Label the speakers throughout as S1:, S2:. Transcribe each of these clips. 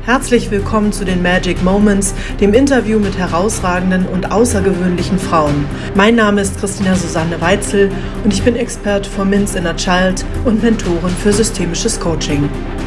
S1: Herzlich willkommen zu den Magic Moments, dem Interview mit herausragenden und außergewöhnlichen Frauen. Mein Name ist Christina Susanne Weitzel und ich bin Expert for Min's Inner Child und Mentorin für systemisches Coaching.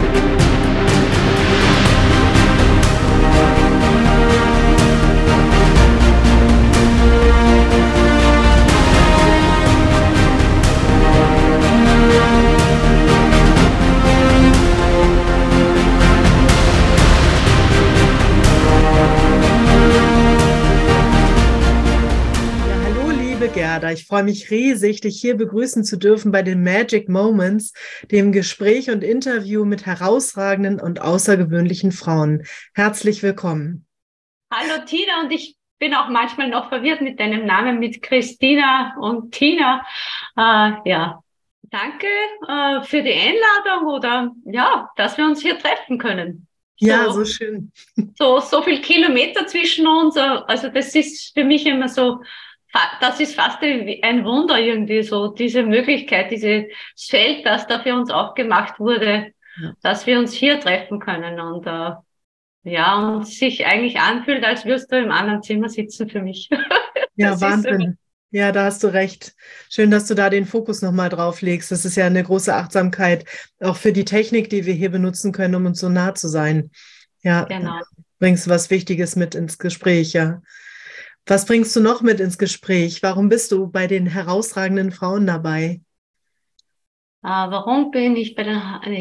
S1: Gerda, ich freue mich riesig, dich hier begrüßen zu dürfen bei den Magic Moments, dem Gespräch und Interview mit herausragenden und außergewöhnlichen Frauen. Herzlich willkommen.
S2: Hallo Tina, und ich bin auch manchmal noch verwirrt mit deinem Namen, mit Christina und Tina. Danke für die Einladung oder ja, dass wir uns hier treffen können.
S1: Ja, so schön.
S2: So viel Kilometer zwischen uns, also das ist für mich immer so, das ist fast ein Wunder irgendwie, so diese Möglichkeit, dieses Feld, das da für uns aufgemacht wurde, dass wir uns hier treffen können und und sich eigentlich anfühlt, als würdest du im anderen Zimmer sitzen für mich.
S1: Ja, Wahnsinn. Ja, da hast du recht. Schön, dass du da den Fokus nochmal drauf legst. Das ist ja eine große Achtsamkeit, auch für die Technik, die wir hier benutzen können, um uns so nah zu sein. Ja,
S2: genau.
S1: Bringst du was Wichtiges mit ins Gespräch, ja. Was bringst du noch mit ins Gespräch? Warum bist du bei den herausragenden Frauen dabei?
S2: Warum bin ich bei den,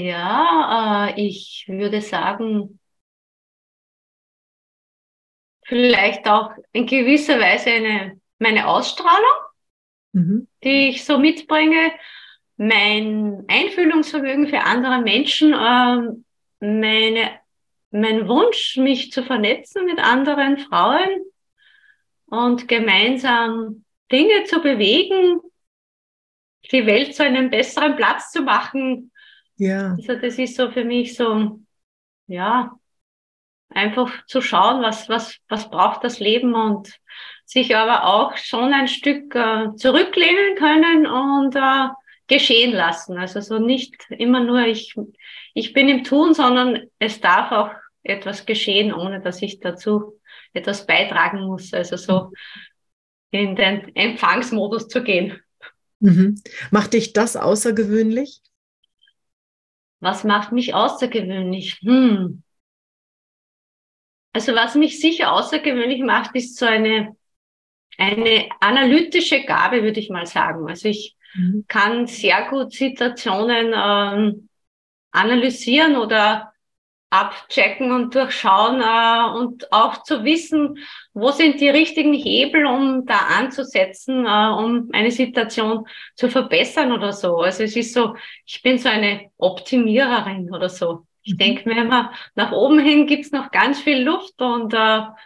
S2: ich würde sagen, vielleicht auch in gewisser Weise meine Ausstrahlung, die ich so mitbringe, mein Einfühlungsvermögen für andere Menschen, mein Wunsch, mich zu vernetzen mit anderen Frauen und gemeinsam Dinge zu bewegen, die Welt zu einem besseren Platz zu machen.
S1: Ja.
S2: Also das ist so für mich so, ja, einfach zu schauen, was braucht das Leben und sich aber auch schon ein Stück zurücklehnen können und geschehen lassen. Also so nicht immer nur ich bin im Tun, sondern es darf auch etwas geschehen, ohne dass ich dazu etwas beitragen muss. Also so in den Empfangsmodus zu gehen.
S1: Mhm. Macht dich das außergewöhnlich?
S2: Was macht mich außergewöhnlich? Also was mich sicher außergewöhnlich macht, ist so eine analytische Gabe, würde ich mal sagen. Also ich kann sehr gut Situationen analysieren oder abchecken und durchschauen und auch zu wissen, wo sind die richtigen Hebel, um da anzusetzen, um eine Situation zu verbessern oder so. Also es ist so, ich bin so eine Optimiererin oder so. Ich denke mir immer, nach oben hin gibt's noch ganz viel Luft und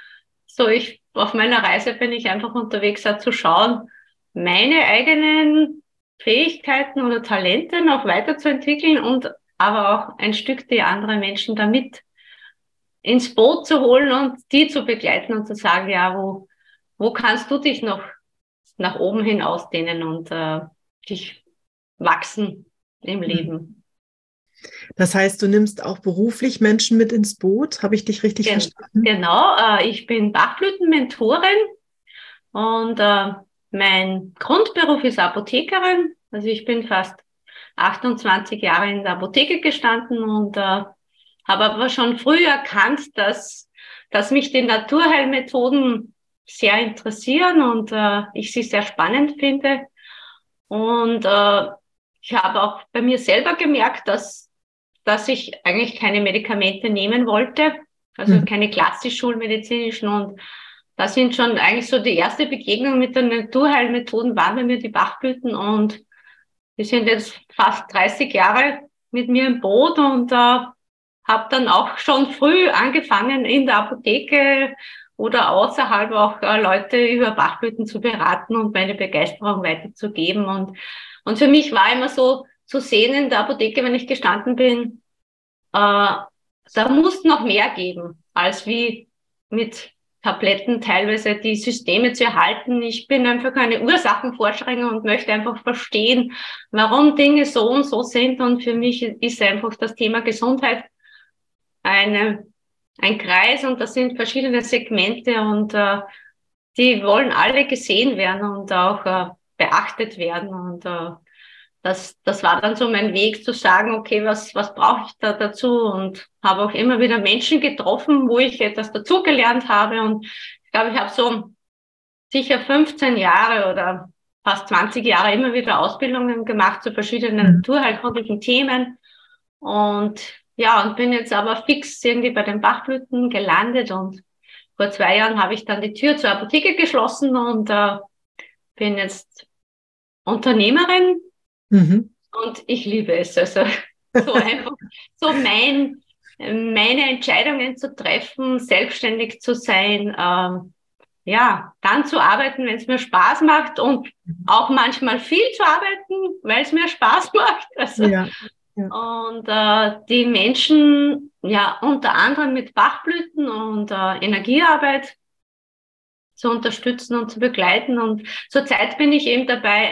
S2: auf meiner Reise bin ich einfach unterwegs, zu schauen, meine eigenen Fähigkeiten oder Talente noch weiterzuentwickeln und aber auch ein Stück die anderen Menschen damit ins Boot zu holen und die zu begleiten und zu sagen, ja, wo kannst du dich noch nach oben hin ausdehnen und dich wachsen im Leben.
S1: Das heißt, du nimmst auch beruflich Menschen mit ins Boot? Habe ich dich richtig verstanden?
S2: Genau, ich bin Bachblütenmentorin und mein Grundberuf ist Apothekerin. Also ich bin fast 28 Jahre in der Apotheke gestanden und habe aber schon früh erkannt, dass mich die Naturheilmethoden sehr interessieren und ich sie sehr spannend finde. Und ich habe auch bei mir selber gemerkt, dass ich eigentlich keine Medikamente nehmen wollte, also keine klassisch-schulmedizinischen. Und das sind schon eigentlich so die erste Begegnung mit den Naturheilmethoden waren bei mir die Bachblüten und die sind jetzt fast 30 Jahre mit mir im Boot und habe dann auch schon früh angefangen in der Apotheke oder außerhalb auch Leute über Bachblüten zu beraten und meine Begeisterung weiterzugeben. Und für mich war immer so zu sehen in der Apotheke, wenn ich gestanden bin, da muss noch mehr geben, als wie mit Tabletten teilweise die Systeme zu erhalten. Ich bin einfach eine Ursachenforscherin und möchte einfach verstehen, warum Dinge so und so sind. Und für mich ist einfach das Thema Gesundheit eine ein Kreis und das sind verschiedene Segmente und die wollen alle gesehen werden und auch beachtet werden. Und das war dann so mein Weg zu sagen, okay, was brauche ich da dazu? Und habe auch immer wieder Menschen getroffen, wo ich etwas dazugelernt habe. Und ich glaube, ich habe so sicher 15 Jahre oder fast 20 Jahre immer wieder Ausbildungen gemacht zu verschiedenen
S1: Mhm.
S2: naturheilkundlichen Themen. Und ja, und bin jetzt aber fix irgendwie bei den Bachblüten gelandet und vor 2 Jahren habe ich dann die Tür zur Apotheke geschlossen und bin jetzt Unternehmerin
S1: Mhm.
S2: und ich liebe es. Also so einfach, so meine Entscheidungen zu treffen, selbstständig zu sein, ja, dann zu arbeiten, wenn es mir Spaß macht und auch manchmal viel zu arbeiten, weil es mir Spaß macht. Also,
S1: Ja, ja.
S2: und die Menschen, ja, unter anderem mit Bachblüten und Energiearbeit zu unterstützen und zu begleiten. Und zurzeit bin ich eben dabei,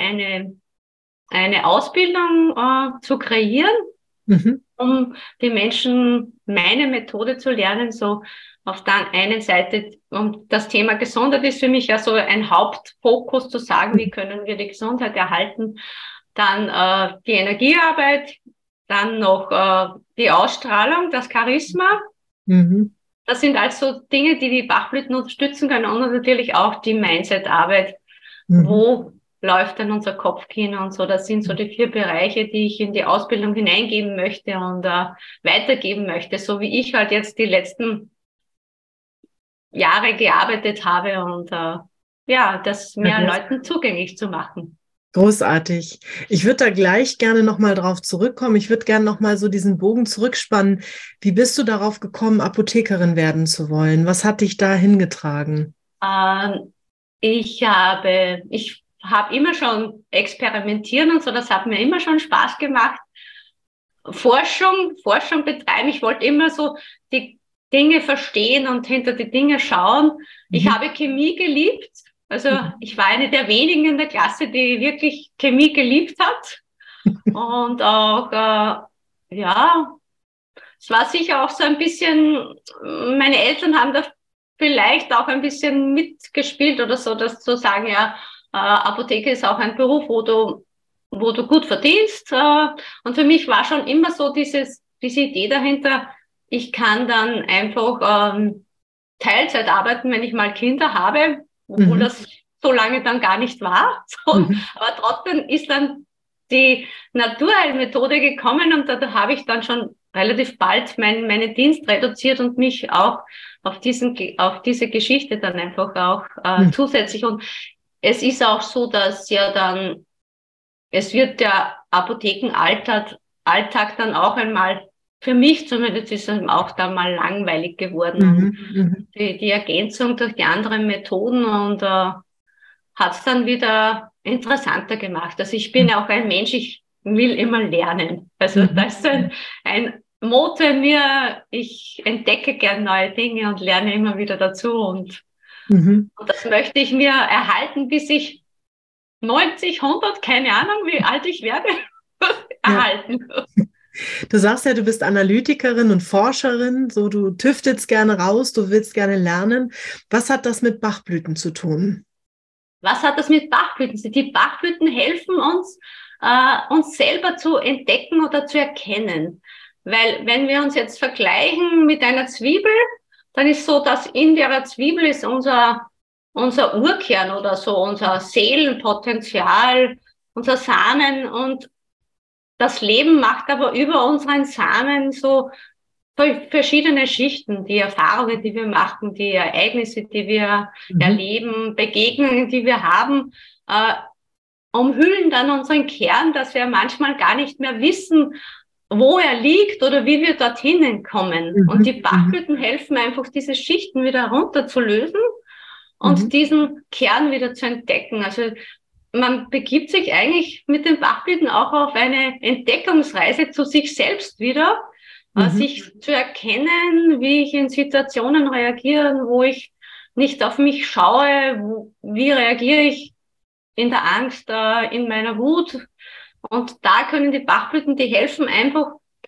S2: eine Ausbildung zu kreieren,
S1: Mhm.
S2: um die Menschen meine Methode zu lernen. So auf der einen Seite, und das Thema Gesundheit ist für mich ja so ein Hauptfokus zu sagen, wie können wir die Gesundheit erhalten. Dann die Energiearbeit, dann noch die Ausstrahlung, das Charisma.
S1: Mhm.
S2: Das sind also Dinge, die die Bachblüten unterstützen können und natürlich auch die Mindset-Arbeit.
S1: Mhm.
S2: Wo läuft denn unser Kopfkino und so? Das sind so die 4 Bereiche, die ich in die Ausbildung hineingeben möchte und weitergeben möchte, so wie ich halt jetzt die letzten Jahre gearbeitet habe und ja, das
S1: Ja,
S2: mehr Leuten zugänglich zu machen.
S1: großartig. Ich würde da gleich gerne nochmal drauf zurückkommen. Ich würde gerne nochmal so diesen Bogen zurückspannen. Wie bist du darauf gekommen, Apothekerin werden zu wollen? Was hat dich da hingetragen?
S2: Ähm, ich habe immer schon experimentieren und so, das hat mir immer schon Spaß gemacht. Forschung betreiben. Ich wollte immer so die Dinge verstehen und hinter die Dinge schauen. Ich
S1: Mhm.
S2: habe Chemie geliebt. Also ich war eine der wenigen in der Klasse, die wirklich Chemie geliebt hat. Und auch, ja, es war sicher auch so ein bisschen, meine Eltern haben da vielleicht auch ein bisschen mitgespielt oder so, dass zu sagen, ja, Apotheke ist auch ein Beruf, wo du gut verdienst. Und für mich war schon immer so diese Idee dahinter, ich kann dann einfach Teilzeit arbeiten, wenn ich mal Kinder habe, obwohl
S1: Mhm.
S2: das so lange dann gar nicht war. So,
S1: Mhm.
S2: aber trotzdem ist dann die Naturheilmethode gekommen und da habe ich dann schon relativ bald meinen Dienst reduziert und mich auch auf diese Geschichte dann einfach auch
S1: Mhm.
S2: zusätzlich. Und es ist auch so, dass ja dann, es wird der Alltag dann auch einmal, für mich zumindest ist es auch dann mal langweilig geworden. Und
S1: Mhm. Mhm.
S2: die Ergänzung durch die anderen Methoden und hat es dann wieder interessanter gemacht. Also ich bin ja auch ein Mensch, ich will immer lernen. Also
S1: Mhm.
S2: das ist ein Motto in mir, ich entdecke gern neue Dinge und lerne immer wieder dazu
S1: Mhm.
S2: und das möchte ich mir erhalten, bis ich 90, 100, keine Ahnung, wie alt ich werde,
S1: Ja.
S2: erhalten.
S1: Du sagst ja, du bist Analytikerin und Forscherin, so du tüftelst gerne raus, du willst gerne lernen. Was hat das mit Bachblüten zu tun?
S2: Was hat das mit Bachblüten zu tun? Die Bachblüten helfen uns, uns selber zu entdecken oder zu erkennen. Weil wenn wir uns jetzt vergleichen mit einer Zwiebel, dann ist so, dass in der Zwiebel ist unser Urkern oder so, unser Seelenpotenzial, unser Samen und das Leben macht aber über unseren Samen so verschiedene Schichten, die Erfahrungen, die wir machen, die Ereignisse, die wir
S1: Mhm.
S2: erleben, Begegnungen, die wir haben, äh, umhüllen dann unseren Kern, dass wir manchmal gar nicht mehr wissen, wo er liegt oder wie wir dorthin kommen. Und
S1: Mhm.
S2: die
S1: Mhm.
S2: Bachblüten helfen einfach, diese Schichten wieder runterzulösen und
S1: Mhm.
S2: diesen Kern wieder zu entdecken. Also man begibt sich eigentlich mit den Bachblüten auch auf eine Entdeckungsreise zu sich selbst wieder,
S1: Mhm.
S2: sich zu erkennen, wie ich in Situationen reagiere, wo ich nicht auf mich schaue, wie reagiere ich in der Angst, in meiner Wut. Und da können die Bachblüten, die helfen einfach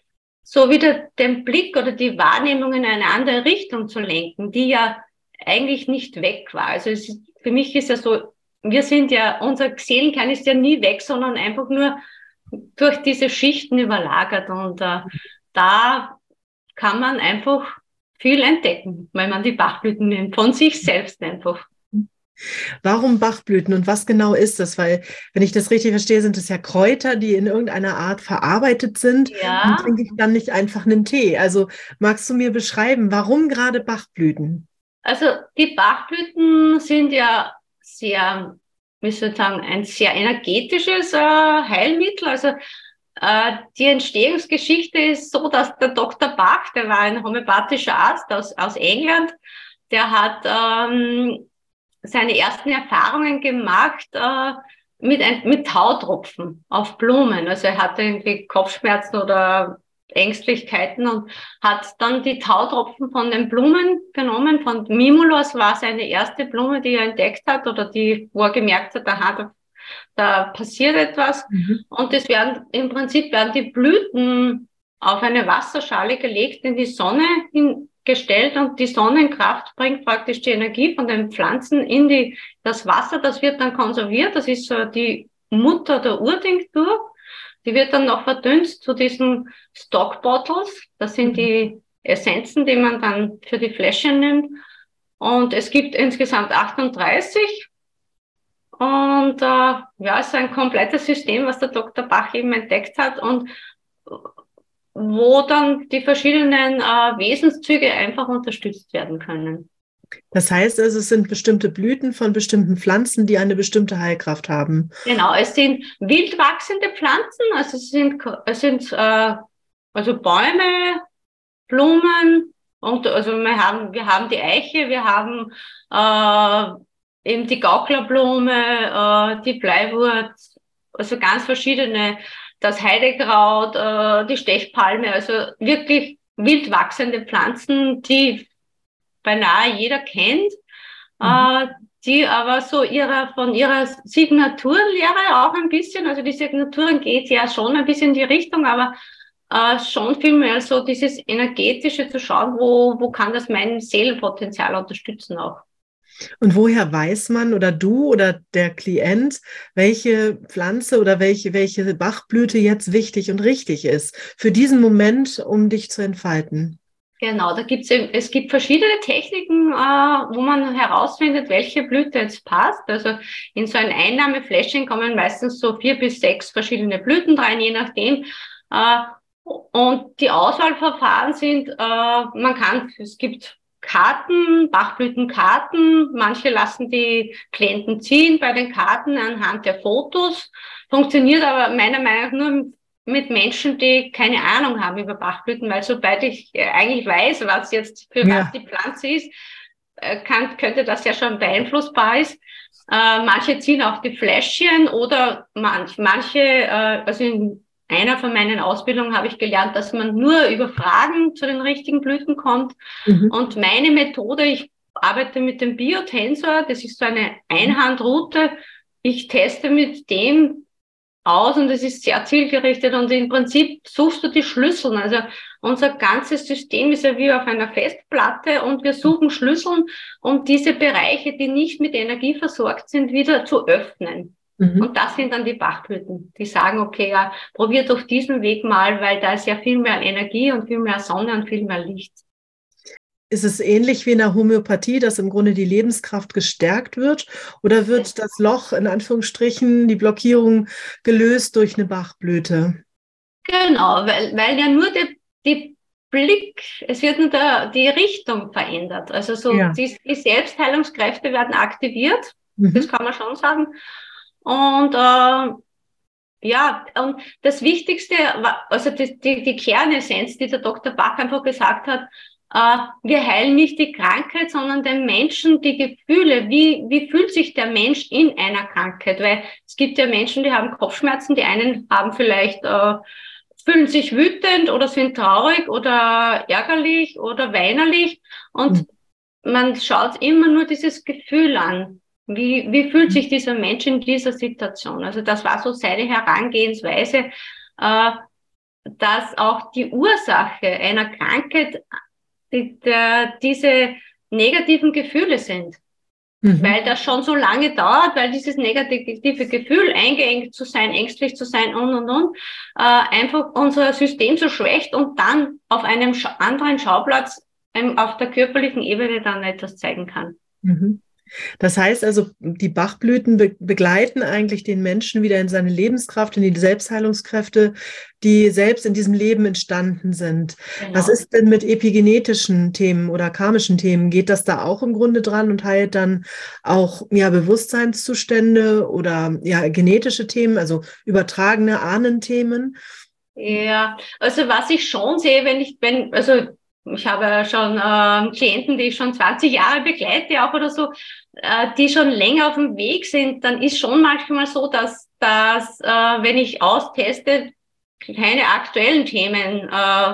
S2: so wieder den Blick oder die Wahrnehmung in eine andere Richtung zu lenken, die ja eigentlich nicht weg war. Also für mich ist ja so, unser Seelenkern ist ja nie weg, sondern einfach nur durch diese Schichten überlagert. Und da kann man einfach viel entdecken, wenn man die Bachblüten nimmt, von sich selbst einfach.
S1: Warum Bachblüten und was genau ist das? Weil, wenn ich das richtig verstehe, sind es ja Kräuter, die in irgendeiner Art verarbeitet sind. Und
S2: Ja,
S1: trinke ich dann nicht einfach einen Tee? Also magst du mir beschreiben, warum gerade Bachblüten?
S2: also die Bachblüten sind ja sehr, wie soll ich sagen, ein sehr energetisches Heilmittel. Also die Entstehungsgeschichte ist so, dass der Dr. Bach, der war ein homöopathischer Arzt aus England, der hat seine ersten Erfahrungen gemacht mit Tautropfen auf Blumen. Also er hatte irgendwie Kopfschmerzen oder Ängstlichkeiten und hat dann die Tautropfen von den Blumen genommen. Von Mimulus war seine erste Blume, die er entdeckt hat oder wo er gemerkt hat, da passiert etwas.
S1: Mhm.
S2: Und im Prinzip werden die Blüten auf eine Wasserschale gelegt, in die Sonne gestellt und die Sonnenkraft bringt praktisch die Energie von den Pflanzen in das Wasser. Das wird dann konserviert. Das ist so die Mutter der Urtinktur. Die wird dann noch verdünnt zu diesen Stock Bottles. Das sind die Essenzen, die man dann für die Fläschchen nimmt. Und es gibt insgesamt 38. Und ja, es ist ein komplettes System, was der Dr. Bach eben entdeckt hat und wo dann die verschiedenen Wesenszüge einfach unterstützt werden können.
S1: Das heißt also, es sind bestimmte Blüten von bestimmten Pflanzen, die eine bestimmte Heilkraft haben.
S2: Genau, es sind wild wachsende Pflanzen, also also Bäume, Blumen und also wir haben die Eiche, wir haben eben die Gauklerblume, die Bleiwurt, also ganz verschiedene, das Heidekraut, die Stechpalme, also wirklich wild wachsende Pflanzen, die beinahe jeder kennt,
S1: Mhm.
S2: die aber so von ihrer Signaturenlehre auch ein bisschen, also die Signaturen geht ja schon ein bisschen in die Richtung, aber schon viel mehr so dieses energetische zu schauen, wo kann das mein Seelenpotenzial unterstützen auch.
S1: Und woher weiß man oder du oder der Klient, welche Pflanze oder welche Bachblüte jetzt wichtig und richtig ist für diesen Moment, um dich zu entfalten?
S2: Genau, es gibt verschiedene Techniken, wo man herausfindet, welche Blüte jetzt passt. Also in so ein Einnahmefläschchen kommen meistens so 4 bis 6 verschiedene Blüten rein, je nachdem. Und die Auswahlverfahren sind, es gibt Karten, Bachblütenkarten. Manche lassen die Klienten ziehen bei den Karten anhand der Fotos. Funktioniert aber meiner Meinung nach nur mit Menschen, die keine Ahnung haben über Bachblüten, weil sobald ich eigentlich weiß, für was
S1: Ja.
S2: die Pflanze ist, könnte das ja schon beeinflussbar ist. Manche ziehen auch die Fläschchen oder also in einer von meinen Ausbildungen habe ich gelernt, dass man nur über Fragen zu den richtigen Blüten kommt.
S1: Mhm.
S2: Und meine Methode, ich arbeite mit dem Biotensor, das ist so eine Einhandroute. Ich teste mit dem aus und es ist sehr zielgerichtet und im Prinzip suchst du die Schlüssel. Also unser ganzes System ist ja wie auf einer Festplatte und wir suchen Schlüsseln, um diese Bereiche, die nicht mit Energie versorgt sind, wieder zu öffnen.
S1: Mhm.
S2: Und das sind dann die Bachblüten, die sagen, okay, ja, probier doch diesen Weg mal, weil da ist ja viel mehr Energie und viel mehr Sonne und viel mehr Licht.
S1: Ist es ähnlich wie in der Homöopathie, dass im Grunde die Lebenskraft gestärkt wird? Oder wird das Loch, in Anführungsstrichen, die Blockierung gelöst durch eine Bachblüte?
S2: Genau, weil ja nur die es wird nur die Richtung verändert. Also so
S1: Ja.
S2: die Selbstheilungskräfte werden aktiviert, das
S1: Mhm.
S2: kann man schon sagen. Und ja, und das Wichtigste, also die Kernessenz, die der Dr. Bach einfach gesagt hat, wir heilen nicht die Krankheit, sondern den Menschen die Gefühle. Wie fühlt sich der Mensch in einer Krankheit? Weil es gibt ja Menschen, die haben Kopfschmerzen, die einen haben vielleicht fühlen sich wütend oder sind traurig oder ärgerlich oder weinerlich und man schaut immer nur dieses Gefühl an. Wie fühlt sich dieser Mensch in dieser Situation? Also das war so seine Herangehensweise, dass auch die Ursache einer Krankheit diese negativen Gefühle sind. Weil das schon so lange dauert, weil dieses negative Gefühl, eingeengt zu sein, ängstlich zu sein einfach unser System so schwächt und dann auf einem anderen Schauplatz auf der körperlichen Ebene dann etwas zeigen kann.
S1: Mhm. Das heißt also, die Bachblüten begleiten eigentlich den Menschen wieder in seine Lebenskraft, in die Selbstheilungskräfte, die selbst in diesem Leben entstanden sind.
S2: Genau.
S1: Was ist denn mit epigenetischen Themen oder karmischen Themen? Geht das da auch im Grunde dran und heilt dann auch Bewusstseinszustände oder genetische Themen, also übertragene Ahnenthemen?
S2: Ja, also was ich schon sehe, ich habe ja schon Klienten, die ich schon 20 Jahre begleite auch oder so, die schon länger auf dem Weg sind, dann ist schon manchmal so, dass wenn ich austeste, keine aktuellen Themen,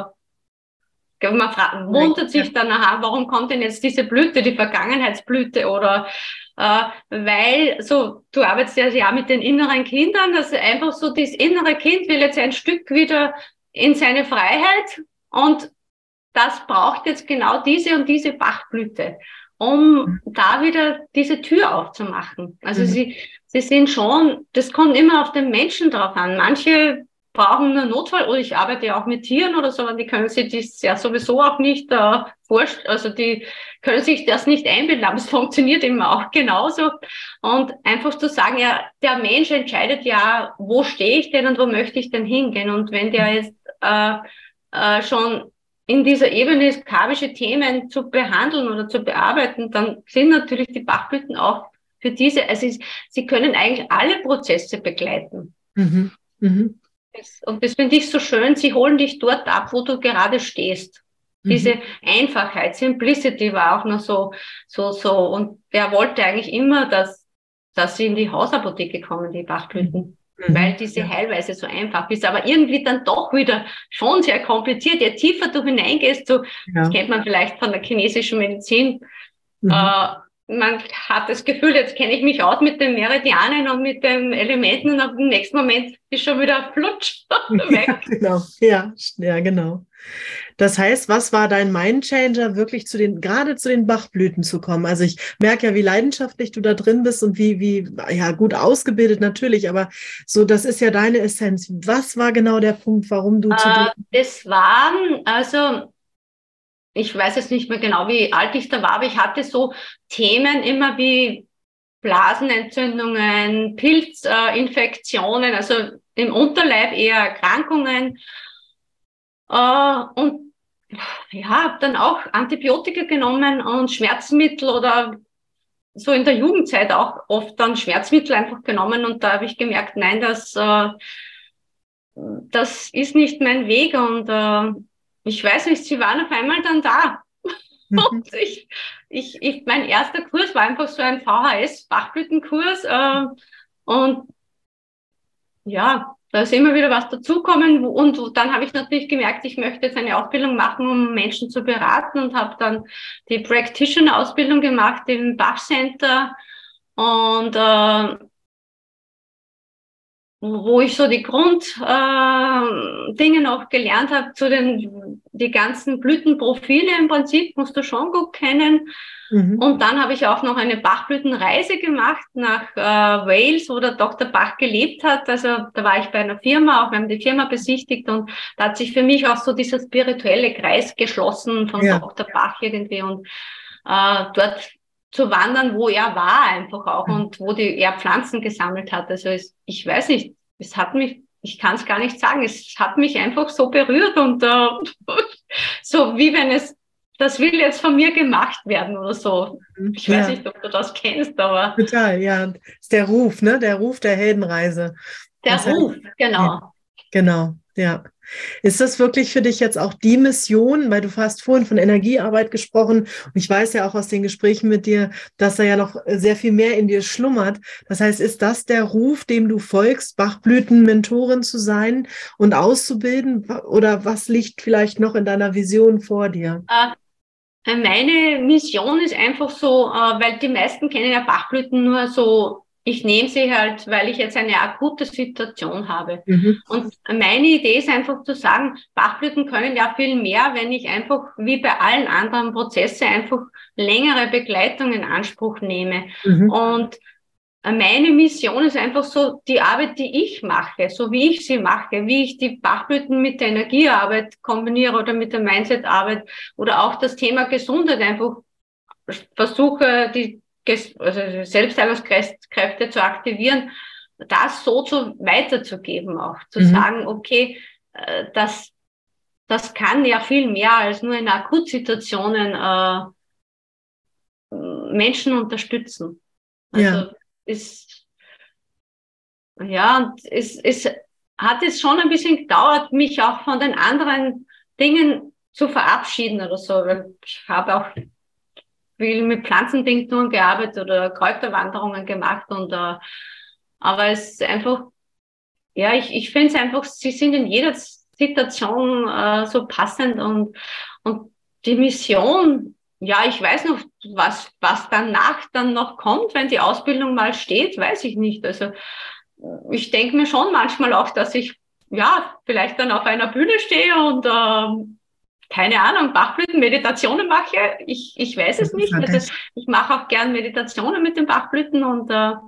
S2: man wundert sich dann nachher, warum kommt denn jetzt diese Blüte, die Vergangenheitsblüte oder weil so, du arbeitest ja mit den inneren Kindern, dass einfach so das innere Kind will jetzt ein Stück wieder in seine Freiheit und das braucht jetzt genau diese und diese Bachblüte, um da wieder diese Tür aufzumachen. Also sie sind schon, das kommt immer auf den Menschen drauf an. Manche brauchen einen Notfall, oder ich arbeite ja auch mit Tieren oder so, und die können sich das ja sowieso auch nicht vorstellen, also die können sich das nicht einbilden, aber es funktioniert immer auch genauso. Und einfach zu sagen, ja, der Mensch entscheidet ja, wo stehe ich denn und wo möchte ich denn hingehen? Und wenn der jetzt schon in dieser Ebene ist, karmische Themen zu behandeln oder zu bearbeiten, dann sind natürlich die Bachblüten auch für diese, also sie können eigentlich alle Prozesse begleiten.
S1: Mhm. Mhm.
S2: Und das finde ich so schön, sie holen dich dort ab, wo du gerade stehst. Diese Einfachheit, Simplicity war auch noch so. Und er wollte eigentlich immer, dass sie in die Hausapotheke kommen, die Bachblüten. Weil diese Heilweise so einfach ist, aber irgendwie dann doch wieder schon sehr kompliziert. Je tiefer du hineingehst, das kennt man vielleicht von der chinesischen Medizin, man hat das Gefühl, jetzt kenne ich mich aus mit den Meridianen und mit den Elementen und im nächsten Moment ist schon wieder flutsch weg.
S1: Ja, genau. Das heißt, was war dein Mindchanger, wirklich gerade zu den Bachblüten zu kommen? Also ich merke ja, wie leidenschaftlich du da drin bist und wie gut ausgebildet natürlich, aber so, das ist ja deine Essenz. Was war genau der Punkt, warum du
S2: das waren, also ich weiß jetzt nicht mehr genau, wie alt ich da war, aber ich hatte so Themen immer wie Blasenentzündungen, Pilzinfektionen, also im Unterleib eher Erkrankungen. Und ja, habe dann auch Antibiotika genommen und Schmerzmittel oder so in der Jugendzeit auch oft dann Schmerzmittel einfach genommen. Und da habe ich gemerkt, nein, das ist nicht mein Weg. Und ich weiß nicht, sie waren auf einmal dann da. Und mein erster Kurs war einfach so ein VHS-Bachblütenkurs. Und ja, da ist immer wieder was dazukommen. Und dann habe ich natürlich gemerkt, ich möchte jetzt eine Ausbildung machen, um Menschen zu beraten, und habe dann die Practitioner-Ausbildung gemacht im Bach Center. Und wo ich so die Dinge noch gelernt habe die ganzen Blütenprofile im Prinzip, musst du schon gut kennen. Und dann habe ich auch noch eine Bachblütenreise gemacht nach Wales, wo der Dr. Bach gelebt hat. Also da war ich bei einer Firma, auch wir haben die Firma besichtigt, und da hat sich für mich auch so dieser spirituelle Kreis geschlossen von Dr. Bach irgendwie, und dort zu wandern, wo er war einfach auch und wo er Pflanzen gesammelt hat. Also ich weiß nicht, ich kann es gar nicht sagen, es hat mich einfach so berührt und so wie wenn das will jetzt von mir gemacht werden oder so. Ich weiß nicht, ob du das kennst, aber...
S1: Total, ja. Das ist der Ruf, ne? Der Ruf der Heldenreise.
S2: Der Ruf, genau.
S1: Genau, ja. Ist das wirklich für dich jetzt auch die Mission, weil du hast vorhin von Energiearbeit gesprochen, und ich weiß ja auch aus den Gesprächen mit dir, dass da ja noch sehr viel mehr in dir schlummert. Das heißt, ist das der Ruf, dem du folgst, Bachblüten-Mentorin zu sein und auszubilden, oder was liegt vielleicht noch in deiner Vision vor dir?
S2: Meine Mission ist einfach so, weil die meisten kennen ja Bachblüten nur so ich nehme sie halt, weil ich jetzt eine akute Situation habe.
S1: Mhm.
S2: Und meine Idee ist einfach zu sagen, Bachblüten können ja viel mehr, wenn ich einfach wie bei allen anderen Prozesse einfach längere Begleitung in Anspruch nehme.
S1: Mhm.
S2: Und meine Mission ist einfach so die Arbeit, die ich mache, so wie ich sie mache, wie ich die Bachblüten mit der Energiearbeit kombiniere oder mit der Mindsetarbeit oder auch das Thema Gesundheit einfach versuche, also Selbstheilungskräfte zu aktivieren, das so weiterzugeben auch, zu
S1: Mhm.
S2: sagen, okay, das kann ja viel mehr als nur in Akutsituationen Menschen unterstützen.
S1: Ja.
S2: Also und es hat es schon ein bisschen gedauert, mich auch von den anderen Dingen zu verabschieden oder so, weil ich habe auch viel mit Pflanzentinkturen gearbeitet oder Kräuterwanderungen gemacht aber es ist einfach, ja, ich finde es einfach, sie sind in jeder Situation so passend und die Mission, ja, ich weiß noch, was danach dann noch kommt, wenn die Ausbildung mal steht, weiß ich nicht. Also ich denke mir schon manchmal auch, dass ich ja vielleicht dann auf einer Bühne stehe und keine Ahnung, Bachblüten-Meditationen mache. Ich weiß es nicht.
S1: Interessant.
S2: Also ich mache auch gern Meditationen mit den Bachblüten und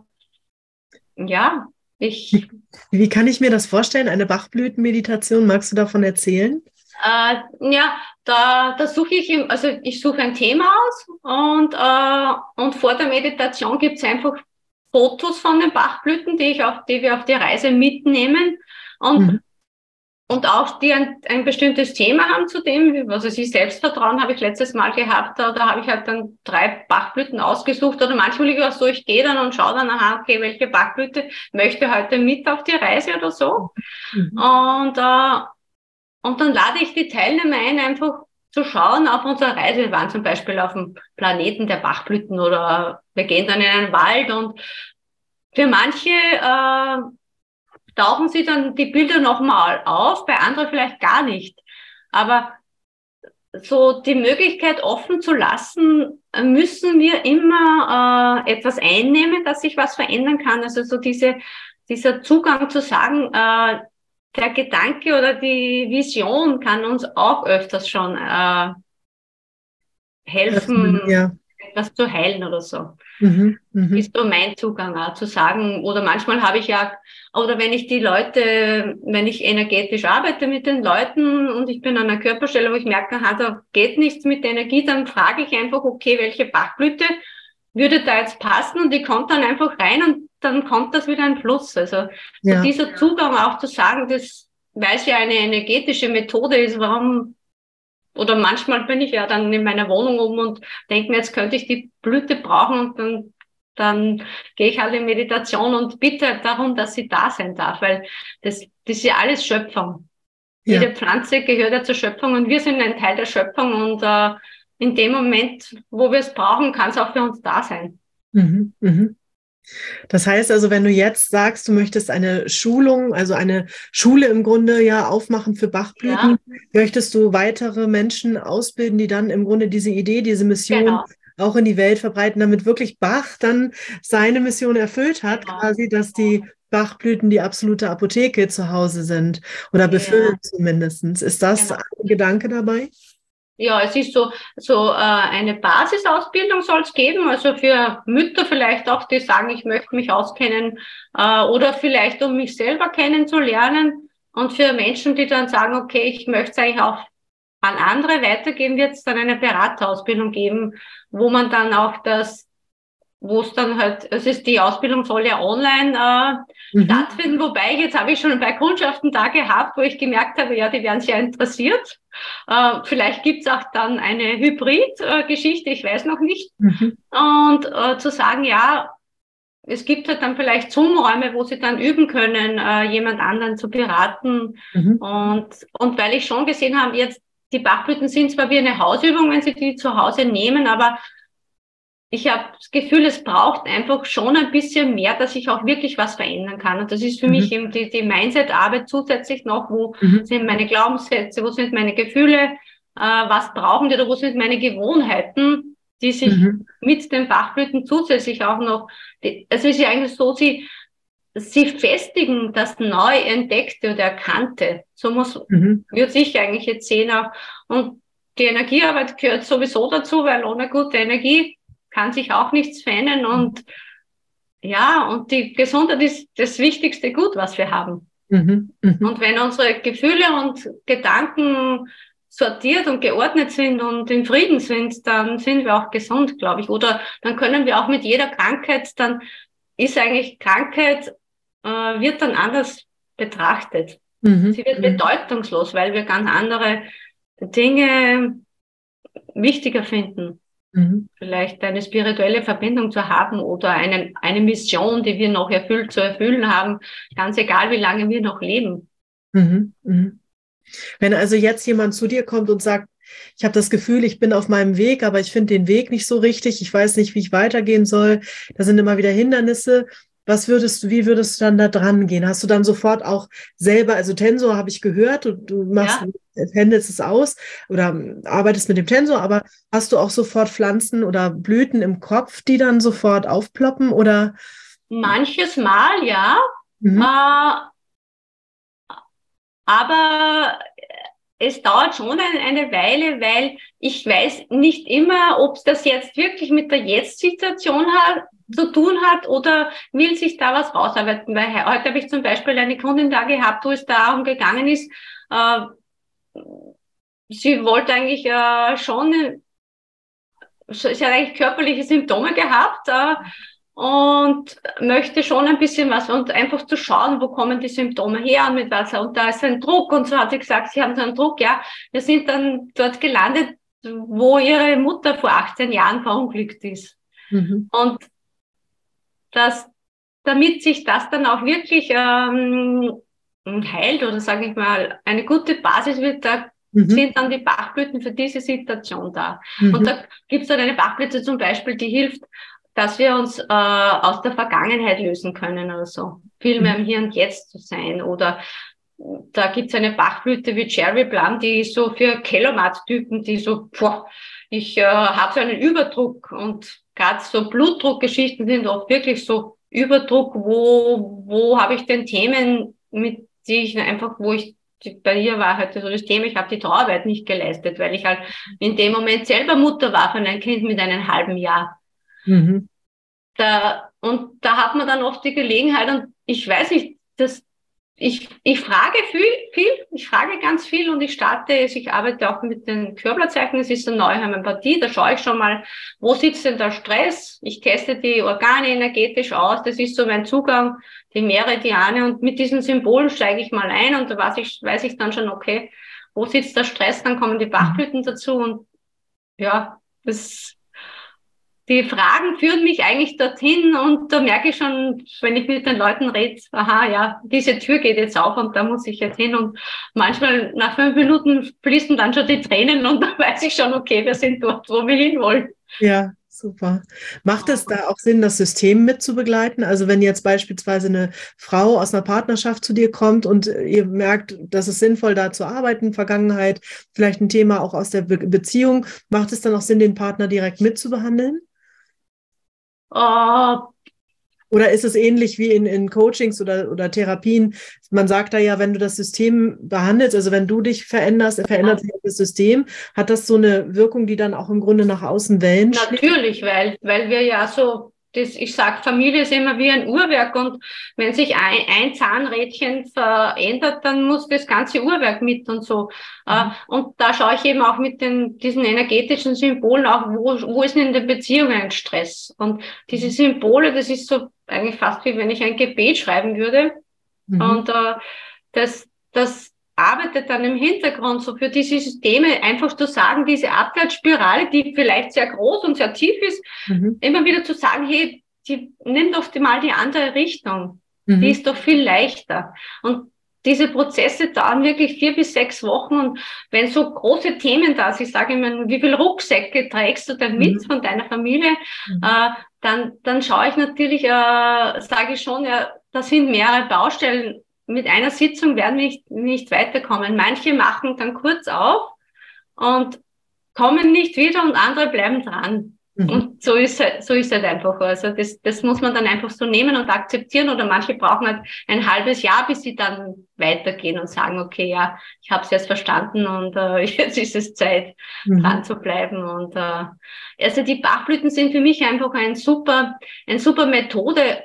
S2: ja, ich
S1: Wie kann ich mir das vorstellen? Eine Bachblütenmeditation? Magst du davon erzählen?
S2: ja, da suche also ich suche ein Thema aus und vor der Meditation gibt es einfach Fotos von den Bachblüten, die wir auf die Reise mitnehmen und
S1: Mhm.
S2: Und auch die ein bestimmtes Thema haben zu dem, also sie Selbstvertrauen habe ich letztes Mal gehabt, da habe ich halt dann 3 Bachblüten ausgesucht oder manchmal liege ich auch so, ich gehe dann und schaue dann, aha, okay, welche Bachblüte möchte heute mit auf die Reise oder so.
S1: Mhm.
S2: Und dann lade ich die Teilnehmer ein, einfach zu schauen auf unserer Reise. Wir waren zum Beispiel auf dem Planeten der Bachblüten oder wir gehen dann in einen Wald und für manche tauchen sie dann die Bilder nochmal auf, bei anderen vielleicht gar nicht. Aber so die Möglichkeit offen zu lassen, müssen wir immer etwas einnehmen, dass sich was verändern kann. Also so dieser Zugang zu sagen, der Gedanke oder die Vision kann uns auch öfters schon
S1: Öffnen,
S2: helfen,
S1: ja.
S2: etwas zu heilen oder so.
S1: Mhm. Mhm.
S2: Ist so mein Zugang auch, zu sagen, oder manchmal habe ich ja, oder wenn ich energetisch arbeite mit den Leuten und ich bin an einer Körperstelle, wo ich merke, aha, da geht nichts mit der Energie, dann frage ich einfach, okay, welche Bachblüte würde da jetzt passen und die kommt dann einfach rein und dann kommt das wieder ein Fluss. Also so
S1: Ja.
S2: dieser Zugang auch zu sagen, das, weil es ja eine energetische Methode ist, oder manchmal bin ich ja dann in meiner Wohnung und denke mir, jetzt könnte ich die Blüte brauchen und dann gehe ich halt in Meditation und bitte darum, dass sie da sein darf, weil das ist ja alles Schöpfung.
S1: Ja.
S2: Jede Pflanze gehört ja zur Schöpfung und wir sind ein Teil der Schöpfung und in dem Moment, wo wir es brauchen, kann es auch für uns da sein.
S1: Mhm. Mhm. Das heißt also, wenn du jetzt sagst, du möchtest eine Schulung, also eine Schule im Grunde ja aufmachen für Bachblüten,
S2: Ja,
S1: möchtest du weitere Menschen ausbilden, die dann im Grunde diese Idee, diese Mission
S2: genau.
S1: auch in die Welt verbreiten, damit wirklich Bach dann seine Mission erfüllt hat,
S2: Genau.
S1: quasi, dass die Bachblüten die absolute Apotheke zu Hause sind oder befüllen
S2: Ja,
S1: zumindest. Ist das ein
S2: genau.
S1: Gedanke dabei?
S2: Ja, es ist so eine Basisausbildung soll es geben, also für Mütter vielleicht auch, die sagen, ich möchte mich auskennen oder vielleicht um mich selber kennenzulernen. Und für Menschen, die dann sagen, okay, ich möchte es eigentlich auch an andere weitergeben, wird es dann eine Beraterausbildung geben, wo man dann auch wo es dann halt, es ist die Ausbildung soll ja online
S1: Mhm.
S2: stattfinden, wobei jetzt habe ich schon bei Kundschaften da gehabt, wo ich gemerkt habe, ja, die werden sehr interessiert. Vielleicht gibt's auch dann eine Hybrid-Geschichte, ich weiß noch nicht.
S1: Mhm.
S2: Und zu sagen, ja, es gibt halt dann vielleicht Zoom-Räume, wo sie dann üben können, jemand anderen zu beraten.
S1: Mhm.
S2: Und weil ich schon gesehen habe, jetzt die Bachblüten sind zwar wie eine Hausübung, wenn sie die zu Hause nehmen, aber ich habe das Gefühl, es braucht einfach schon ein bisschen mehr, dass ich auch wirklich was verändern kann. Und das ist für mich
S1: Mhm.
S2: eben die Mindset-Arbeit zusätzlich noch, wo
S1: Mhm.
S2: sind meine Glaubenssätze, wo sind meine Gefühle, was brauchen die oder wo sind meine Gewohnheiten. die sich mit den Bachblüten zusätzlich auch noch, es ist ja eigentlich so, sie festigen das neu Entdeckte oder Erkannte. So würde ich eigentlich jetzt sehen auch. Und die Energiearbeit gehört sowieso dazu, weil ohne gute Energie kann sich auch nichts verändern. Und ja, und die Gesundheit ist das wichtigste Gut, was wir haben. Und wenn unsere Gefühle und Gedanken sortiert und geordnet sind und in Frieden sind, dann sind wir auch gesund, glaube ich. Oder dann können wir auch mit jeder Krankheit, dann ist eigentlich Krankheit, wird dann anders betrachtet. Sie wird bedeutungslos, weil wir ganz andere Dinge wichtiger finden. Vielleicht eine spirituelle Verbindung zu haben oder eine Mission, die wir noch zu erfüllen haben, ganz egal, wie lange wir noch leben.
S1: Wenn also jetzt jemand zu dir kommt und sagt, ich habe das Gefühl, ich bin auf meinem Weg, aber ich finde den Weg nicht so richtig, ich weiß nicht, wie ich weitergehen soll, da sind immer wieder Hindernisse. Wie würdest du dann da dran gehen? Hast du dann sofort auch selber, also Tensor habe ich gehört, du handelst es aus oder arbeitest mit dem Tensor, aber hast du auch sofort Pflanzen oder Blüten im Kopf, die dann sofort aufploppen oder?
S2: Manches Mal, ja. Aber es dauert schon eine Weile, weil ich weiß nicht immer, ob es das jetzt wirklich mit der Jetzt-Situation zu tun hat oder will sich da was rausarbeiten. Weil heute habe ich zum Beispiel eine Kundin da gehabt, wo es darum gegangen ist, sie wollte eigentlich sie hat eigentlich körperliche Symptome gehabt und möchte schon ein bisschen was und einfach zu schauen, wo kommen die Symptome her und mit was. Und da ist ein Druck und so hat sie gesagt, sie haben so einen Druck, ja. Wir sind dann dort gelandet, wo ihre Mutter vor 18 Jahren verunglückt ist. Und damit sich das dann auch wirklich heilt oder sage ich mal, eine gute Basis wird, da sind dann die Bachblüten für diese Situation da. Und da gibt es dann eine Bachblüte zum Beispiel, die hilft, dass wir uns aus der Vergangenheit lösen können oder so. Viel mehr im Hier und Jetzt zu sein. Oder da gibt's eine Bachblüte wie Cherry Plum, die ist so für Kellomat-Typen, die so, ich habe so einen Überdruck und gerade so Blutdruckgeschichten sind oft wirklich so Überdruck, wo habe ich denn Themen, mit die ich einfach, bei ihr war halt so das Thema, ich habe die Trauerarbeit nicht geleistet, weil ich halt in dem Moment selber Mutter war von einem Kind mit einem halben Jahr. Da hat man dann oft die Gelegenheit und ich weiß nicht, ich frage ich frage ganz viel und ich arbeite auch mit den Körperzeichen, es ist eine neue Homöopathie, da schaue ich schon mal, wo sitzt denn der Stress? Ich teste die Organe energetisch aus, das ist so mein Zugang, die Meridiane und mit diesen Symbolen steige ich mal ein und da weiß ich dann schon, okay, wo sitzt der Stress? Dann kommen die Bachblüten dazu und ja, die Fragen führen mich eigentlich dorthin und da merke ich schon, wenn ich mit den Leuten rede, aha, ja, diese Tür geht jetzt auf und da muss ich jetzt hin und manchmal nach 5 Minuten fließen dann schon die Tränen und da weiß ich schon, okay, wir sind dort, wo wir hinwollen.
S1: Ja, super. Macht es da auch Sinn, das System mitzubegleiten? Also wenn jetzt beispielsweise eine Frau aus einer Partnerschaft zu dir kommt und ihr merkt, das ist sinnvoll, da zu arbeiten, Vergangenheit, vielleicht ein Thema auch aus der Beziehung, macht es dann auch Sinn, den Partner direkt mitzubehandeln? Oder ist es ähnlich wie in Coachings oder Therapien? Man sagt da ja, wenn du das System behandelst, also wenn du dich veränderst, verändert sich das System. Hat das so eine Wirkung, die dann auch im Grunde nach außen Wellen schlägt?
S2: Natürlich, weil wir ja so, ich sag, Familie ist immer wie ein Uhrwerk und wenn sich ein Zahnrädchen verändert, dann muss das ganze Uhrwerk mit und so. Und da schaue ich eben auch mit diesen energetischen Symbolen auch, wo ist denn in den Beziehungen ein Stress? Und diese Symbole, das ist so eigentlich fast wie wenn ich ein Gebet schreiben würde. Und das arbeitet dann im Hintergrund so für diese Systeme, einfach zu sagen, diese Abwärtsspirale, die vielleicht sehr groß und sehr tief ist, immer wieder zu sagen, hey, die nimmt oft mal die andere Richtung. Die ist doch viel leichter. Und diese Prozesse dauern wirklich 4 bis 6 Wochen. Und wenn so große Themen da sind, ich sage immer, wie viele Rucksäcke trägst du denn mit von deiner Familie? Dann schaue ich natürlich, sage ich schon, ja, da sind mehrere Baustellen. Mit einer Sitzung werden wir nicht weiterkommen. Manche machen dann kurz auf und kommen nicht wieder und andere bleiben dran.
S1: Mhm.
S2: Und so ist halt einfach. Also das muss man dann einfach so nehmen und akzeptieren. Oder manche brauchen halt ein halbes Jahr, bis sie dann weitergehen und sagen, okay, ja, ich habe es jetzt verstanden und jetzt ist es Zeit,
S1: Mhm.
S2: dran zu bleiben. Und also die Bachblüten sind für mich einfach eine super Methode,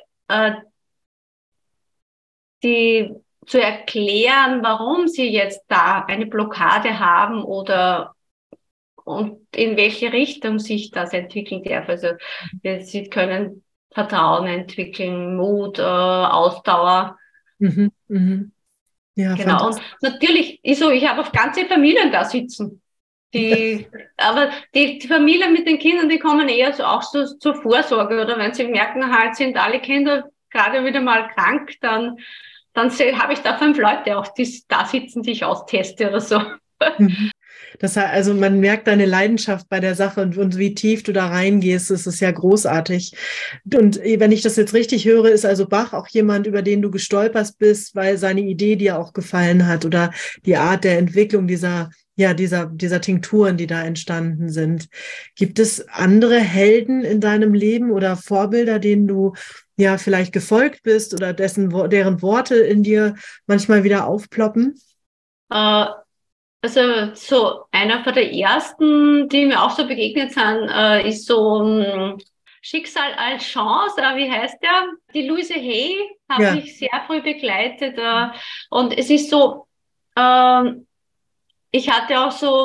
S2: die zu erklären, warum sie jetzt da eine Blockade haben oder und in welche Richtung sich das entwickeln darf. Also sie können Vertrauen entwickeln, Mut, Ausdauer.
S1: Mhm. Mhm. Ja,
S2: Genau. Und
S1: fantastisch.
S2: natürlich ist so, ich habe auch ganze Familien da sitzen. Aber die Familien mit den Kindern, die kommen eher so auch so zur Vorsorge oder wenn sie merken, halt sind alle Kinder gerade wieder mal krank, dann habe ich da 5 Leute auch, die da sitzen, die ich austeste oder so.
S1: Mhm. Das heißt, also man merkt deine Leidenschaft bei der Sache und wie tief du da reingehst, das ist ja großartig. Und wenn ich das jetzt richtig höre, ist also Bach auch jemand, über den du gestolpert bist, weil seine Idee dir auch gefallen hat oder die Art der Entwicklung dieser Tinkturen, die da entstanden sind. Gibt es andere Helden in deinem Leben oder Vorbilder, denen du ja vielleicht gefolgt bist oder deren Worte in dir manchmal wieder aufploppen?
S2: Äh, Also so einer von der ersten, die mir auch so begegnet sind, ist so Schicksal als Chance, wie heißt der? Die Louise Hay hat
S1: Ja.
S2: mich sehr früh begleitet und es ist so, ähm, ich hatte auch so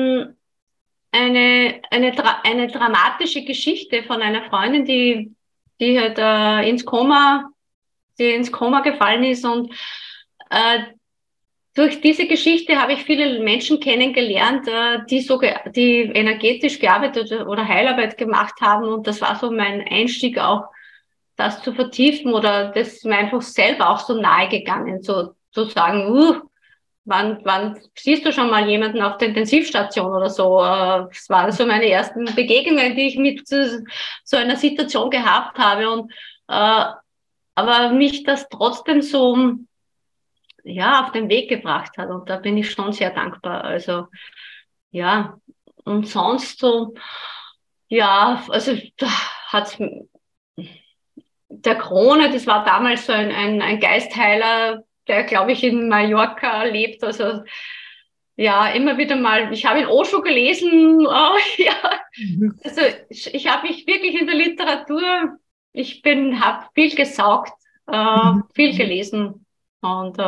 S2: eine dramatische Geschichte von einer Freundin, die halt die ins Koma gefallen ist und äh, durch diese Geschichte habe ich viele Menschen kennengelernt, die energetisch gearbeitet oder Heilarbeit gemacht haben. Und das war so mein Einstieg auch, das zu vertiefen oder das ist mir einfach selber auch so nahe gegangen, so zu sagen, wann siehst du schon mal jemanden auf der Intensivstation oder so? Das waren so meine ersten Begegnungen, die ich mit so einer Situation gehabt habe. Und aber mich das trotzdem so ja, auf den Weg gebracht hat. Und da bin ich schon sehr dankbar. Also, ja. Und sonst so, ja, also, da hat's, der Krone, das war damals so ein Geistheiler, der, glaube ich, in Mallorca lebt. Also, ja, immer wieder mal, ich habe in Osho gelesen, ja.
S1: Mhm.
S2: Also, ich habe mich wirklich in der Literatur, habe viel gesaugt,
S1: Mhm.
S2: viel gelesen und,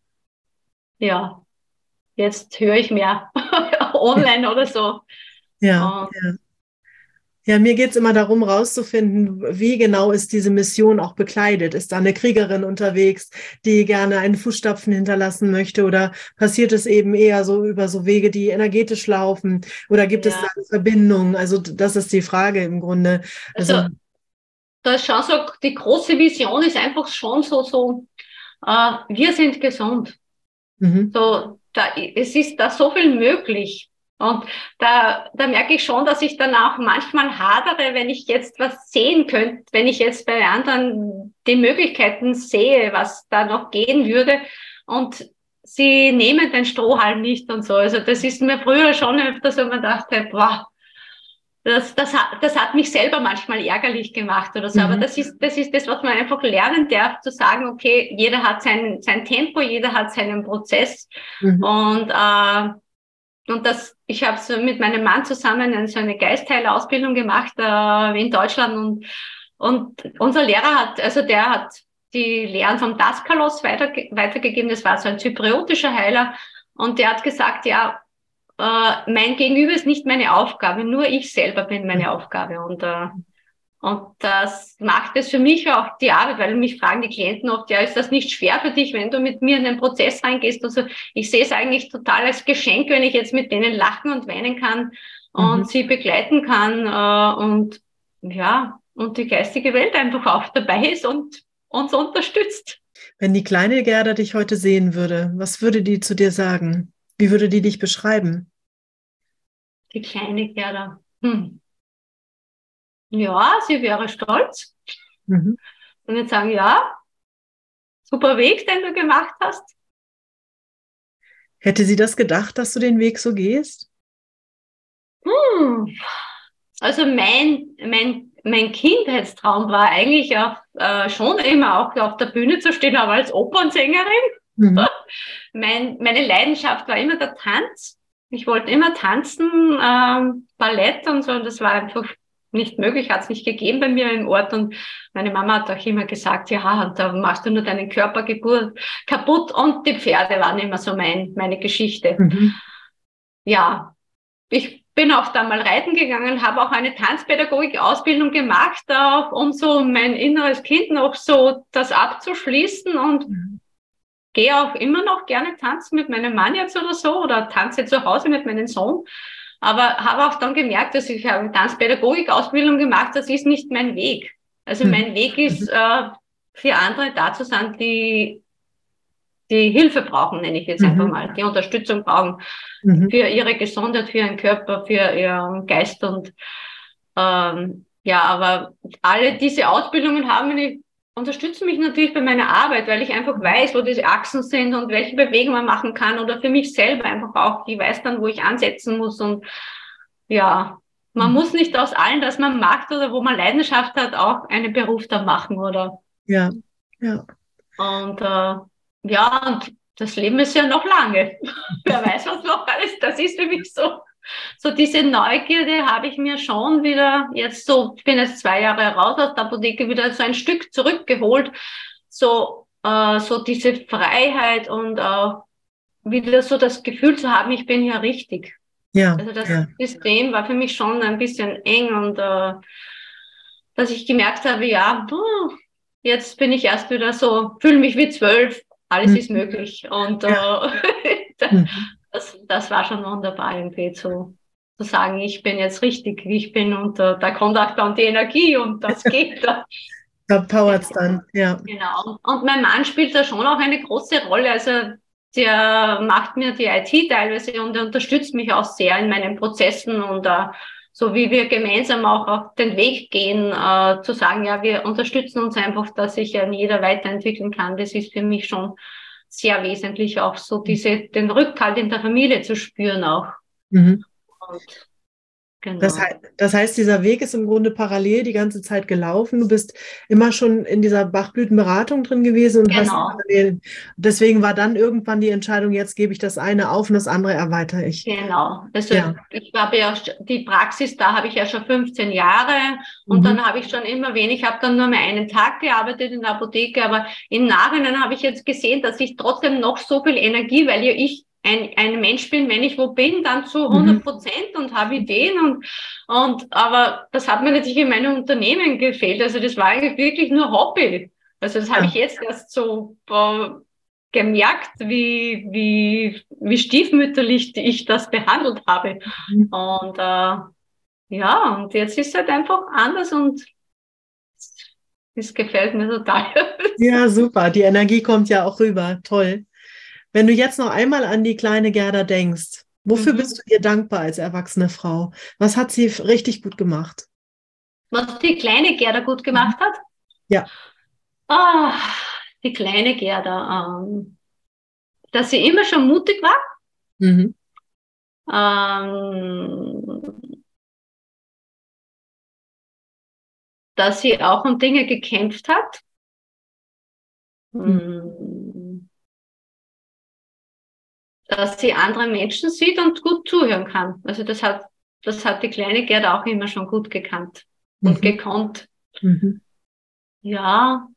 S2: ja. Jetzt höre ich mehr online oder so.
S1: Ja,
S2: Und
S1: ja. Ja, mir geht's immer darum, rauszufinden, wie genau ist diese Mission auch bekleidet. Ist da eine Kriegerin unterwegs, die gerne einen Fußstapfen hinterlassen möchte, oder passiert es eben eher so über so Wege, die energetisch laufen? Oder gibt es da
S2: ja,
S1: eine Verbindung? Also das ist die Frage im Grunde. Also,
S2: also da ist schon so, die große Vision ist einfach schon wir sind gesund.
S1: mhm,
S2: So, es ist da so viel möglich. Und da merke ich schon, dass ich dann auch manchmal hadere, wenn ich jetzt was sehen könnte, wenn ich jetzt bei anderen die Möglichkeiten sehe, was da noch gehen würde. Und sie nehmen den Strohhalm nicht und so. Also das ist mir früher schon öfter so, man dachte, boah, das hat mich selber manchmal ärgerlich gemacht oder so. Aber
S1: mhm,
S2: das ist das, was man einfach lernen darf, zu sagen, okay, jeder hat sein Tempo, jeder hat seinen Prozess.
S1: mhm,
S2: Und, ich habe so mit meinem Mann zusammen so eine Geistheiler-Ausbildung gemacht in Deutschland und unser Lehrer der hat die Lehren vom Daskalos weitergegeben. Das war so ein zypriotischer Heiler und der hat gesagt, ja, mein Gegenüber ist nicht meine Aufgabe, nur ich selber bin meine Aufgabe. Und das macht es für mich auch die Arbeit, weil mich fragen die Klienten oft, ja, ist das nicht schwer für dich, wenn du mit mir in den Prozess reingehst? Also ich sehe es eigentlich total als Geschenk, wenn ich jetzt mit denen lachen und weinen kann
S1: mhm.
S2: und sie begleiten kann und ja, und die geistige Welt einfach auch dabei ist und uns unterstützt.
S1: Wenn die kleine Gerda dich heute sehen würde, was würde die zu dir sagen? Wie würde die dich beschreiben?
S2: Die kleine Gerda. Ja, sie wäre stolz
S1: Mhm.
S2: und würde sagen, ja, super Weg, den du gemacht hast.
S1: Hätte sie das gedacht, dass du den Weg so gehst?
S2: Hm, Also mein Kindheitstraum war eigentlich schon immer auch auf der Bühne zu stehen, aber als Opernsängerin.
S1: Mhm.
S2: Meine Leidenschaft war immer der Tanz. Ich wollte immer tanzen, Ballett und so. Und das war einfach nicht möglich, hat es nicht gegeben bei mir im Ort. Und meine Mama hat auch immer gesagt, ja, da machst du nur deinen Körper kaputt. Und die Pferde waren immer so meine Geschichte.
S1: Mhm.
S2: Ja, ich bin auch da mal reiten gegangen, habe auch eine Tanzpädagogik-Ausbildung gemacht, auch, um so mein inneres Kind noch so das abzuschließen und
S1: Mhm.
S2: gehe auch immer noch gerne tanzen mit meinem Mann jetzt oder so oder tanze zu Hause mit meinem Sohn. Aber habe auch dann gemerkt, dass ich eine Tanzpädagogik-Ausbildung gemacht, das ist nicht mein Weg. Also
S1: Mhm.
S2: mein Weg ist,
S1: Mhm.
S2: für andere da zu sein, die Hilfe brauchen, nenne ich jetzt einfach
S1: Mhm.
S2: mal, die Unterstützung brauchen
S1: Mhm.
S2: für ihre Gesundheit, für ihren Körper, für ihren Geist und ja, aber alle diese Ausbildungen unterstützen mich natürlich bei meiner Arbeit, weil ich einfach weiß, wo diese Achsen sind und welche Bewegungen man machen kann oder für mich selber einfach auch, ich weiß dann, wo ich ansetzen muss und ja, man
S1: Mhm.
S2: muss nicht aus allem, das man macht oder wo man Leidenschaft hat, auch einen Beruf da machen oder
S1: Ja, ja.
S2: und ja, und das Leben ist ja noch lange. Wer weiß, was noch alles, das ist für mich so. So diese Neugierde habe ich mir schon wieder jetzt so, ich bin jetzt 2 Jahre raus aus der Apotheke, wieder so ein Stück zurückgeholt. So diese Freiheit und wieder so das Gefühl zu haben, ich bin ja richtig.
S1: Ja,
S2: Also das
S1: ja.
S2: System war für mich schon ein bisschen eng und dass ich gemerkt habe, ja, jetzt bin ich erst wieder so, fühle mich wie 12, alles ist
S1: Mhm.
S2: möglich. Und
S1: Ja. Mhm.
S2: das war schon wunderbar, irgendwie zu sagen, ich bin jetzt richtig, wie ich bin. Und da kommt auch dann die Energie und das geht da.
S1: Da powert's
S2: Genau.
S1: dann, ja.
S2: Genau. Und mein Mann spielt da schon auch eine große Rolle. Also der macht mir die IT teilweise und er unterstützt mich auch sehr in meinen Prozessen und so wie wir gemeinsam auch auf den Weg gehen, zu sagen, ja, wir unterstützen uns einfach, dass sich jeder weiterentwickeln kann. Das ist für mich schon sehr wesentlich, auch so den Rückhalt in der Familie zu spüren auch.
S1: Mhm.
S2: Und
S1: Das,
S2: genau.
S1: das heißt, dieser Weg ist im Grunde parallel die ganze Zeit gelaufen. Du bist immer schon in dieser Bachblütenberatung drin gewesen und hast
S2: Genau.
S1: parallel. Deswegen war dann irgendwann die Entscheidung, jetzt gebe ich das eine auf und das andere erweitere ich.
S2: Genau. Also
S1: Ja.
S2: ich habe ja die Praxis, da habe ich ja schon 15 Jahre und
S1: Mhm.
S2: dann habe ich schon immer wenig, ich habe dann nur mehr einen Tag gearbeitet in der Apotheke, aber im Nachhinein habe ich jetzt gesehen, dass ich trotzdem noch so viel Energie, weil ja ich ein Mensch bin, wenn ich wo bin, dann zu
S1: Mhm.
S2: 100% und habe Ideen aber das hat mir natürlich in meinem Unternehmen gefehlt. Also das war eigentlich wirklich nur Hobby. Also das habe ich
S1: Ja.
S2: jetzt erst so gemerkt, wie stiefmütterlich ich das behandelt habe.
S1: Mhm.
S2: Und ja, und jetzt ist es halt einfach anders und es gefällt mir total.
S1: Ja, super. Die Energie kommt ja auch rüber. Toll. Wenn du jetzt noch einmal an die kleine Gerda denkst, wofür bist
S2: Mhm.
S1: du ihr dankbar als erwachsene Frau? Was hat sie richtig gut gemacht?
S2: Was die kleine Gerda gut
S1: Mhm.
S2: gemacht hat?
S1: Ja.
S2: Ah, die kleine Gerda, dass sie immer schon mutig war,
S1: Mhm.
S2: ähm, dass sie auch um Dinge gekämpft hat.
S1: Mhm.
S2: Mm, dass sie andere Menschen sieht und gut zuhören kann. Also das hat die kleine Gerda auch immer schon gut gekannt und
S1: Mhm.
S2: gekonnt.
S1: Mhm.
S2: Ja,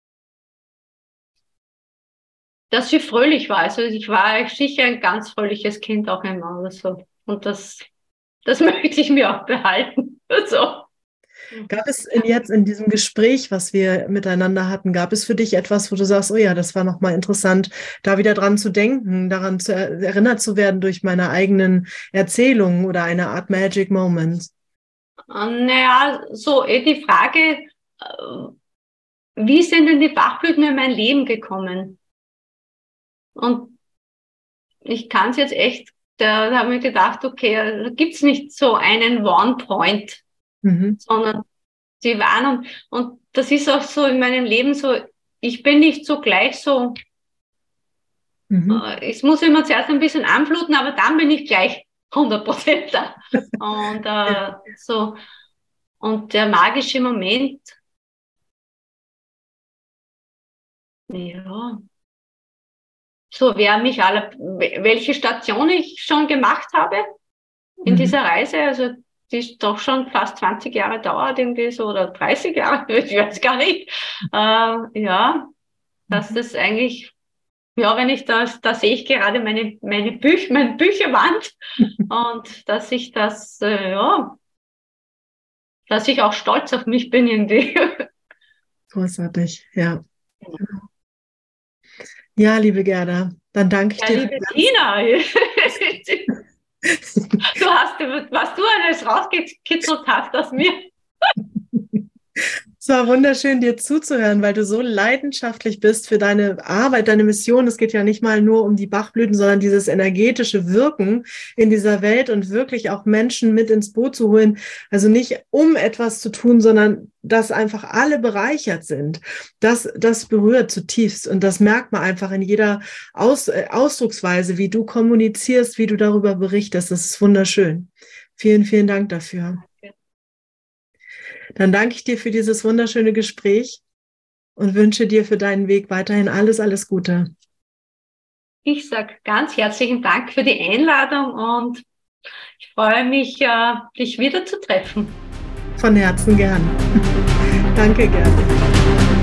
S2: dass sie fröhlich war. Also ich war sicher ein ganz fröhliches Kind auch immer oder so. Und das möchte ich mir auch behalten. So.
S1: Gab es jetzt in diesem Gespräch, was wir miteinander hatten, gab es für dich etwas, wo du sagst, oh ja, das war nochmal interessant, da wieder dran zu denken, daran zu erinnert zu werden durch meine eigenen Erzählungen oder eine Art Magic Moment?
S2: Naja, so die Frage, wie sind denn die Bachblüten in mein Leben gekommen? Und ich kann es jetzt echt, da habe ich gedacht, okay, da gibt's nicht so einen One-Point,
S1: Mhm.
S2: sondern sie waren und das ist auch so in meinem Leben so, ich bin nicht so gleich so,
S1: Mhm.
S2: es muss immer zuerst ein bisschen anfluten, aber dann bin ich gleich. 100% da. Und so, und der magische Moment, ja, so welche Station ich schon gemacht habe in dieser Reise, also die ist doch schon fast 20 Jahre dauert irgendwie so, oder 30 Jahre, ich weiß gar nicht. Ja, dass das eigentlich, ja, wenn ich da sehe ich gerade meine Bücherwand und dass ich ja, dass ich auch stolz auf mich bin irgendwie.
S1: Großartig, ja. Ja, liebe Gerda, dann danke ich dir.
S2: Liebe Tina, was du alles rausgekitzelt hast aus mir.
S1: Es war wunderschön, dir zuzuhören, weil du so leidenschaftlich bist für deine Arbeit, deine Mission. Es geht ja nicht mal nur um die Bachblüten, sondern dieses energetische Wirken in dieser Welt und wirklich auch Menschen mit ins Boot zu holen. Also nicht um etwas zu tun, sondern dass einfach alle bereichert sind. Das berührt zutiefst und das merkt man einfach in jeder Ausdrucksweise, wie du kommunizierst, wie du darüber berichtest. Das ist wunderschön. Vielen, vielen Dank dafür. Dann danke ich dir für dieses wunderschöne Gespräch und wünsche dir für deinen Weg weiterhin alles, alles Gute.
S2: Ich sage ganz herzlichen Dank für die Einladung und ich freue mich, dich wieder zu treffen.
S1: Von Herzen gern. Danke, gerne.